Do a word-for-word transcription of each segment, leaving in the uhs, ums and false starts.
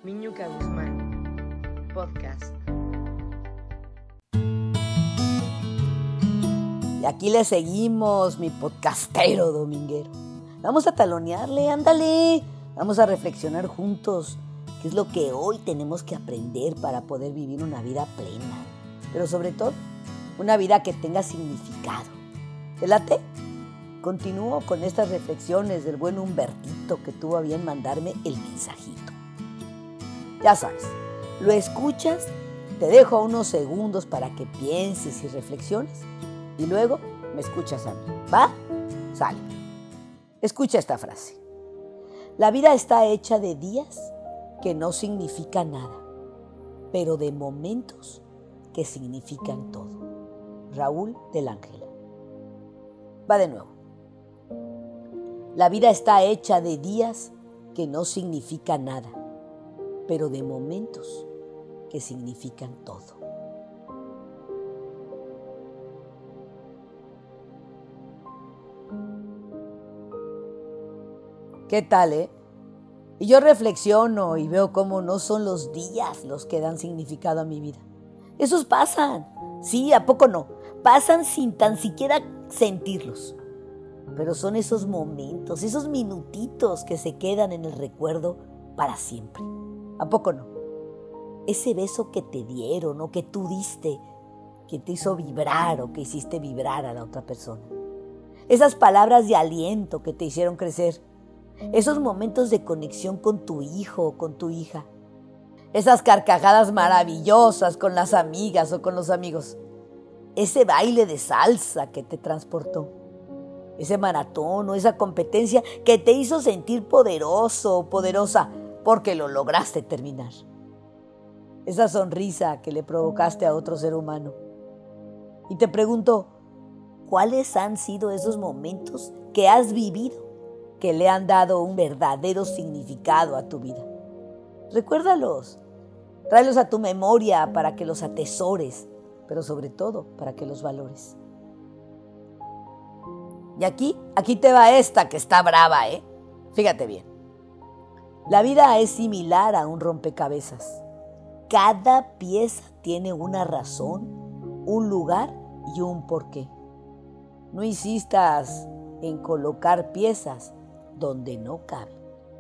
Miñuca Guzmán, podcast. Y aquí le seguimos, mi podcastero dominguero. Vamos a talonearle, ándale. Vamos a reflexionar juntos qué es lo que hoy tenemos que aprender para poder vivir una vida plena. Pero sobre todo, una vida que tenga significado. ¿Te late? Continúo con estas reflexiones del buen Humbertito que tuvo a bien mandarme el mensajito. Ya sabes, lo escuchas, te dejo unos segundos para que pienses y reflexiones y luego me escuchas a mí. ¿Va? Sale. Escucha esta frase. La vida está hecha de días que no significan nada, pero de momentos que significan todo. Raúl del Ángela. Va de nuevo. La vida está hecha de días que no significan nada, pero de momentos que significan todo. ¿Qué tal, eh? Y yo reflexiono y veo cómo no son los días los que dan significado a mi vida. Esos pasan. Sí, ¿a poco no? Pasan sin tan siquiera sentirlos. Pero son esos momentos, esos minutitos que se quedan en el recuerdo para siempre. ¿A poco no? Ese beso que te dieron o que tú diste, que te hizo vibrar o que hiciste vibrar a la otra persona. Esas palabras de aliento que te hicieron crecer. Esos momentos de conexión con tu hijo o con tu hija. Esas carcajadas maravillosas con las amigas o con los amigos. Ese baile de salsa que te transportó. Ese maratón o esa competencia que te hizo sentir poderoso o poderosa porque lo lograste terminar. Esa sonrisa que le provocaste a otro ser humano. Y te pregunto, ¿cuáles han sido esos momentos que has vivido que le han dado un verdadero significado a tu vida? Recuérdalos, tráelos a tu memoria para que los atesores, pero sobre todo para que los valores. Y aquí, aquí te va esta que está brava, ¿eh? Fíjate bien. La vida es similar a un rompecabezas. Cada pieza tiene una razón, un lugar y un porqué. No insistas en colocar piezas donde no caben.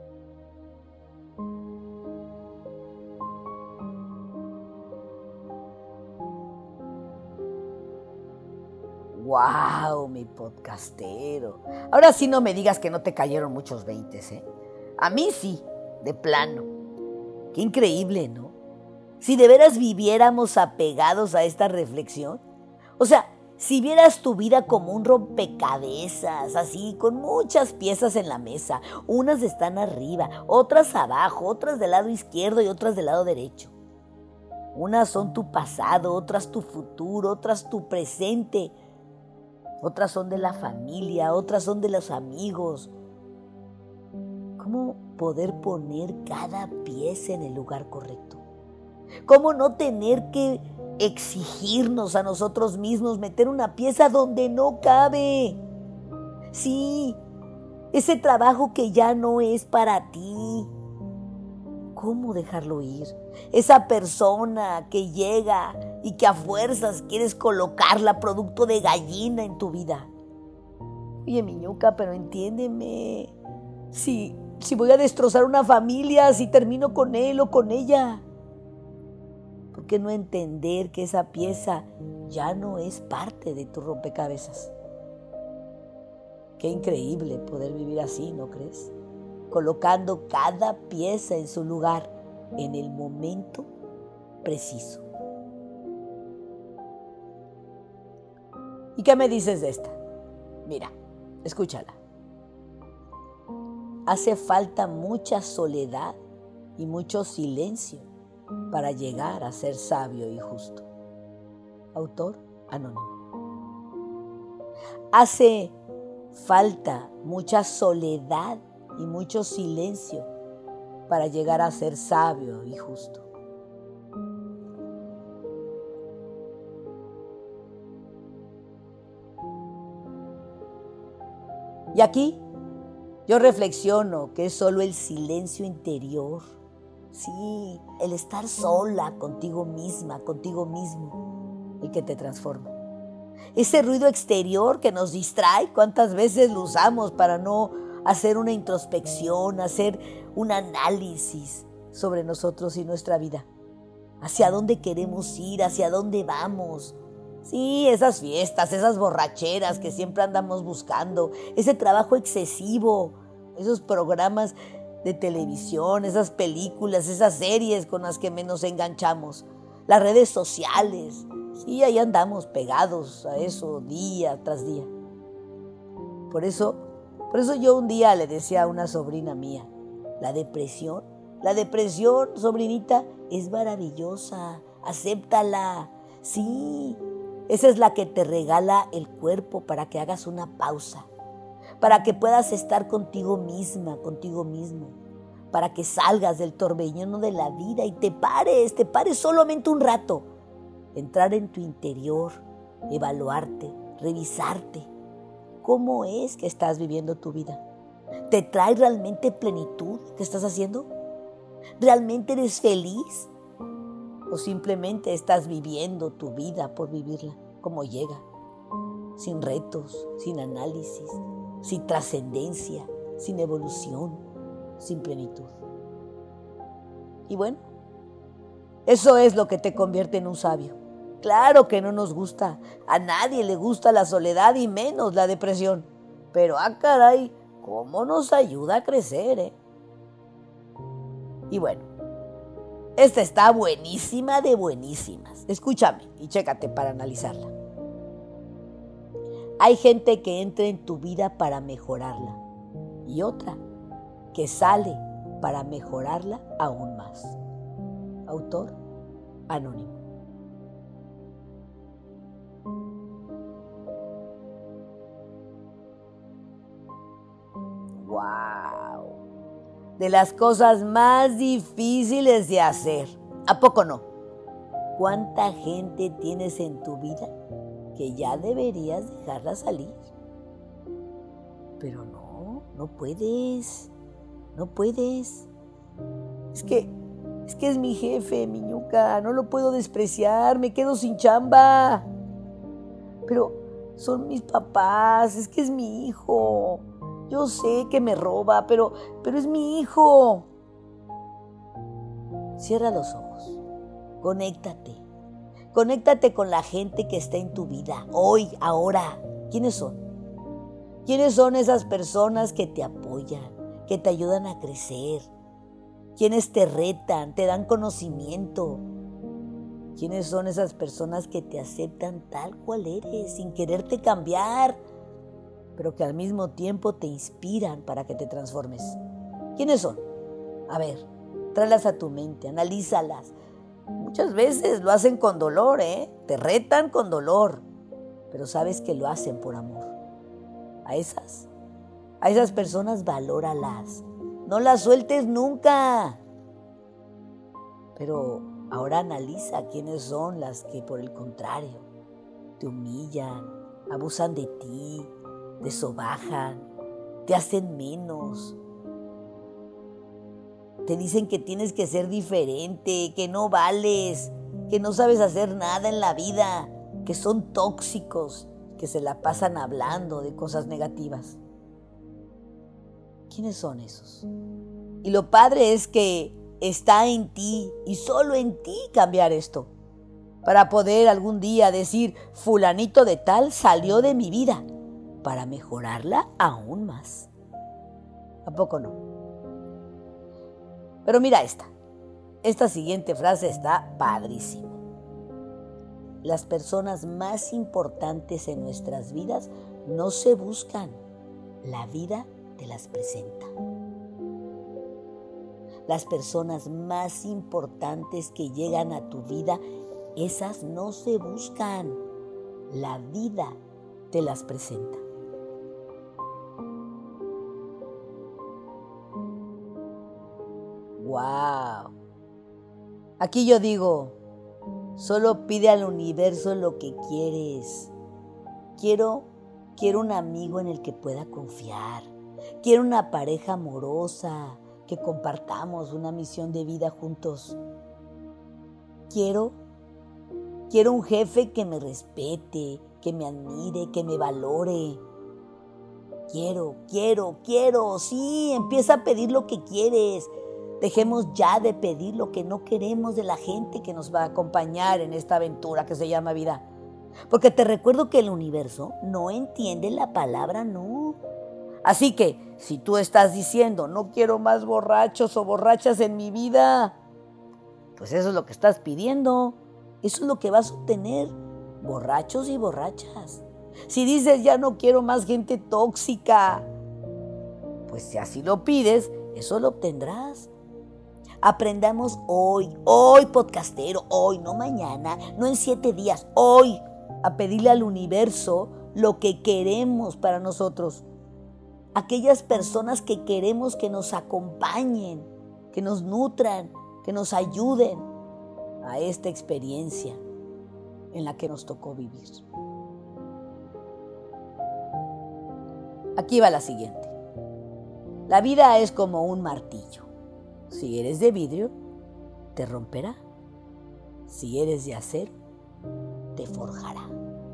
¡Wow, mi podcastero! Ahora sí no me digas que no te cayeron muchos veintes, ¿eh? A mí sí, de plano. Qué increíble, ¿no? Si de veras viviéramos apegados a esta reflexión. O sea, si vieras tu vida como un rompecabezas, así, con muchas piezas en la mesa. Unas están arriba, otras abajo, otras del lado izquierdo y otras del lado derecho. Unas son tu pasado, otras tu futuro, otras tu presente. Otras son de la familia, otras son de los amigos. ¿Cómo poder poner cada pieza en el lugar correcto? ¿Cómo no tener que exigirnos a nosotros mismos meter una pieza donde no cabe? Sí, ese trabajo que ya no es para ti. ¿Cómo dejarlo ir? Esa persona que llega y que a fuerzas quieres colocarla producto de gallina en tu vida. Oye, Miñuca, pero entiéndeme. Si, si voy a destrozar una familia, si termino con él o con ella. ¿Por qué no entender que esa pieza ya no es parte de tu rompecabezas? Qué increíble poder vivir así, ¿no crees? Colocando cada pieza en su lugar, en el momento preciso. ¿Y qué me dices de esta? Mira, escúchala. Hace falta mucha soledad y mucho silencio para llegar a ser sabio y justo. Autor anónimo. Hace falta mucha soledad y mucho silencio para llegar a ser sabio y justo. Y aquí yo reflexiono que es solo el silencio interior Sí, el estar sola contigo misma, contigo mismo, el que te transforma. Ese ruido exterior que nos distrae, ¿cuántas veces lo usamos para no hacer una introspección, hacer un análisis sobre nosotros y nuestra vida? ¿Hacia dónde queremos ir? ¿Hacia dónde vamos? Sí, esas fiestas, esas borracheras que siempre andamos buscando, ese trabajo excesivo, esos programas de televisión, esas películas, esas series con las que menos enganchamos, las redes sociales. Sí, ahí andamos pegados a eso día tras día. Por eso, por eso yo un día le decía a una sobrina mía, la depresión, la depresión, sobrinita, es maravillosa, acéptala. Sí, esa es la que te regala el cuerpo para que hagas una pausa, para que puedas estar contigo misma, contigo mismo, para que salgas del torbellino de la vida y te pares, te pares solamente un rato. Entrar en tu interior, evaluarte, revisarte. ¿Cómo es que estás viviendo tu vida? ¿Te trae realmente plenitud? ¿Qué estás haciendo? ¿Realmente eres feliz? ¿O simplemente estás viviendo tu vida por vivirla como llega? Sin retos, sin análisis, sin trascendencia, sin evolución, sin plenitud. Y bueno, eso es lo que te convierte en un sabio. Claro que no nos gusta, a nadie le gusta la soledad y menos la depresión. Pero ah caray, cómo nos ayuda a crecer, ¿eh? Y bueno, esta está buenísima de buenísimas. Escúchame y chécate para analizarla. Hay gente que entra en tu vida para mejorarla y otra que sale para mejorarla aún más. Autor anónimo. ¡Wow! De las cosas más difíciles de hacer. ¿A poco no? ¿Cuánta gente tienes en tu vida que ya deberías dejarla salir? Pero no, no puedes. No puedes. Es que, es que es mi jefe, mi ñuca. No lo puedo despreciar. Me quedo sin chamba. Pero son mis papás. Es que es mi hijo. Yo sé que me roba, pero, pero es mi hijo. Cierra los ojos. Conéctate. Conéctate con la gente que está en tu vida. Hoy, ahora. ¿Quiénes son? ¿Quiénes son esas personas que te apoyan, que te ayudan a crecer? ¿Quiénes te retan, te dan conocimiento? ¿Quiénes son esas personas que te aceptan tal cual eres, sin quererte cambiar, pero que al mismo tiempo te inspiran para que te transformes? ¿Quiénes son? A ver, tráelas a tu mente, analízalas. Muchas veces lo hacen con dolor, ¿eh? Te retan con dolor, pero sabes que lo hacen por amor. A esas, a esas personas valóralas. No las sueltes nunca. Pero ahora analiza quiénes son las que, por el contrario, te humillan, abusan de ti, te sobajan, te hacen menos. Te dicen que tienes que ser diferente, que no vales, que no sabes hacer nada en la vida, que son tóxicos, que se la pasan hablando de cosas negativas. ¿Quiénes son esos? Y lo padre es que está en ti y solo en ti cambiar esto, para poder algún día decir, fulanito de tal salió de mi vida, para mejorarla aún más. ¿A poco no? Pero mira esta. Esta siguiente frase está padrísima. Las personas más importantes en nuestras vidas no se buscan, la vida te las presenta. Las personas más importantes que llegan a tu vida, esas no se buscan, la vida te las presenta. ¡Wow! Aquí yo digo, solo pide al universo lo que quieres. Quiero, quiero un amigo en el que pueda confiar. Quiero una pareja amorosa, que compartamos una misión de vida juntos. Quiero, quiero un jefe que me respete, que me admire, que me valore. Quiero, quiero, quiero, sí, empieza a pedir lo que quieres. Dejemos ya de pedir lo que no queremos de la gente que nos va a acompañar en esta aventura que se llama vida. Porque te recuerdo que el universo no entiende la palabra no. Así que, si tú estás diciendo, no quiero más borrachos o borrachas en mi vida, pues eso es lo que estás pidiendo. Eso es lo que vas a obtener. Borrachos y borrachas. Si dices, ya no quiero más gente tóxica, pues si así lo pides, eso lo obtendrás. Aprendamos hoy, hoy podcastero, hoy, no mañana, no en siete días, hoy, a pedirle al universo lo que queremos para nosotros. Aquellas personas que queremos que nos acompañen, que nos nutran, que nos ayuden a esta experiencia en la que nos tocó vivir. Aquí va la siguiente. La vida es como un martillo. Si eres de vidrio, te romperá. Si eres de acero, te forjará.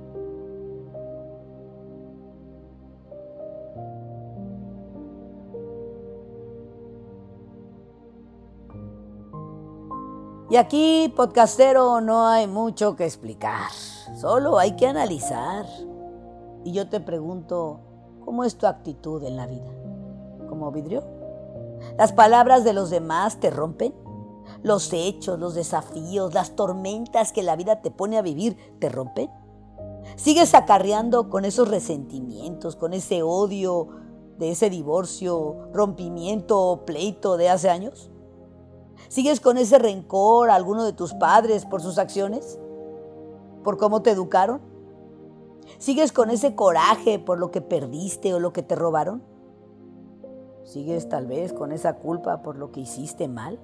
Y aquí, podcastero, no hay mucho que explicar. Solo hay que analizar. Y yo te pregunto, ¿cómo es tu actitud en la vida? ¿Como vidrio? ¿Las palabras de los demás te rompen? ¿Los hechos, los desafíos, las tormentas que la vida te pone a vivir te rompen? ¿Sigues acarreando con esos resentimientos, con ese odio de ese divorcio, rompimiento o pleito de hace años? ¿Sigues con ese rencor a alguno de tus padres por sus acciones? ¿Por cómo te educaron? ¿Sigues con ese coraje por lo que perdiste o lo que te robaron? ¿Sigues tal vez con esa culpa por lo que hiciste mal?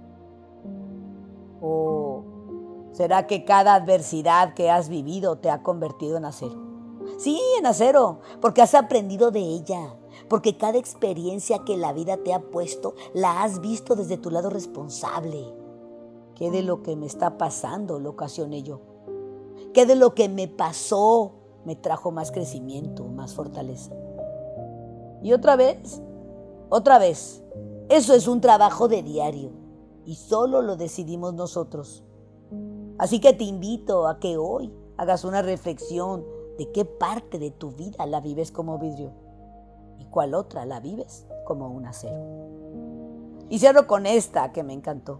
¿O será que cada adversidad que has vivido te ha convertido en acero? Sí, en acero, porque has aprendido de ella, porque cada experiencia que la vida te ha puesto la has visto desde tu lado responsable. ¿Qué de lo que me está pasando lo ocasioné yo? ¿Qué de lo que me pasó me trajo más crecimiento, más fortaleza? Y otra vez, otra vez, eso es un trabajo de diario y solo lo decidimos nosotros. Así que te invito a que hoy hagas una reflexión de qué parte de tu vida la vives como vidrio y cuál otra la vives como un acero. Y cierro con esta que me encantó.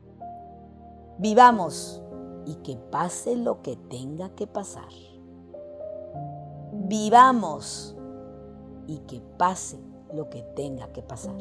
Vivamos y que pase lo que tenga que pasar. Vivamos y que pase lo que tenga que pasar.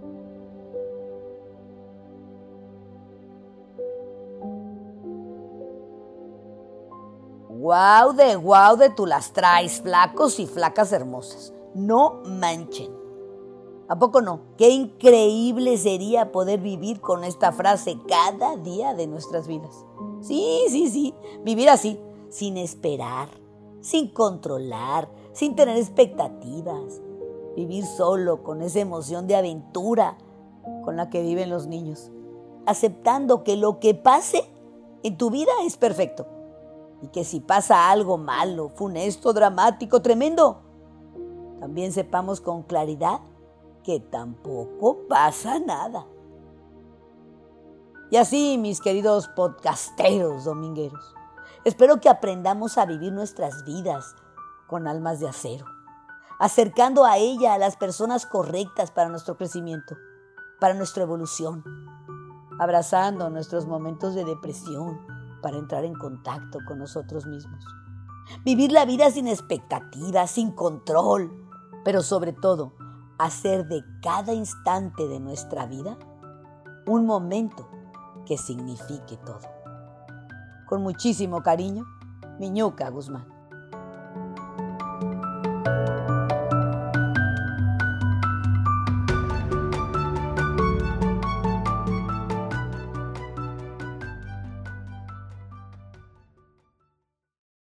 Guau de guau de tú las traes, flacos y flacas hermosas. No manchen. ¿A poco no? Qué increíble sería poder vivir con esta frase cada día de nuestras vidas. Sí, sí, sí. Vivir así, sin esperar, sin controlar, sin tener expectativas. Vivir solo con esa emoción de aventura con la que viven los niños. Aceptando que lo que pase en tu vida es perfecto. Y que si pasa algo malo, funesto, dramático, tremendo, también sepamos con claridad que tampoco pasa nada. Y así, mis queridos podcasteros domingueros, espero que aprendamos a vivir nuestras vidas con almas de acero, acercando a ella a las personas correctas para nuestro crecimiento, para nuestra evolución, abrazando nuestros momentos de depresión para entrar en contacto con nosotros mismos. Vivir la vida sin expectativas, sin control, pero sobre todo, hacer de cada instante de nuestra vida un momento que signifique todo. Con muchísimo cariño, Miñuca Guzmán.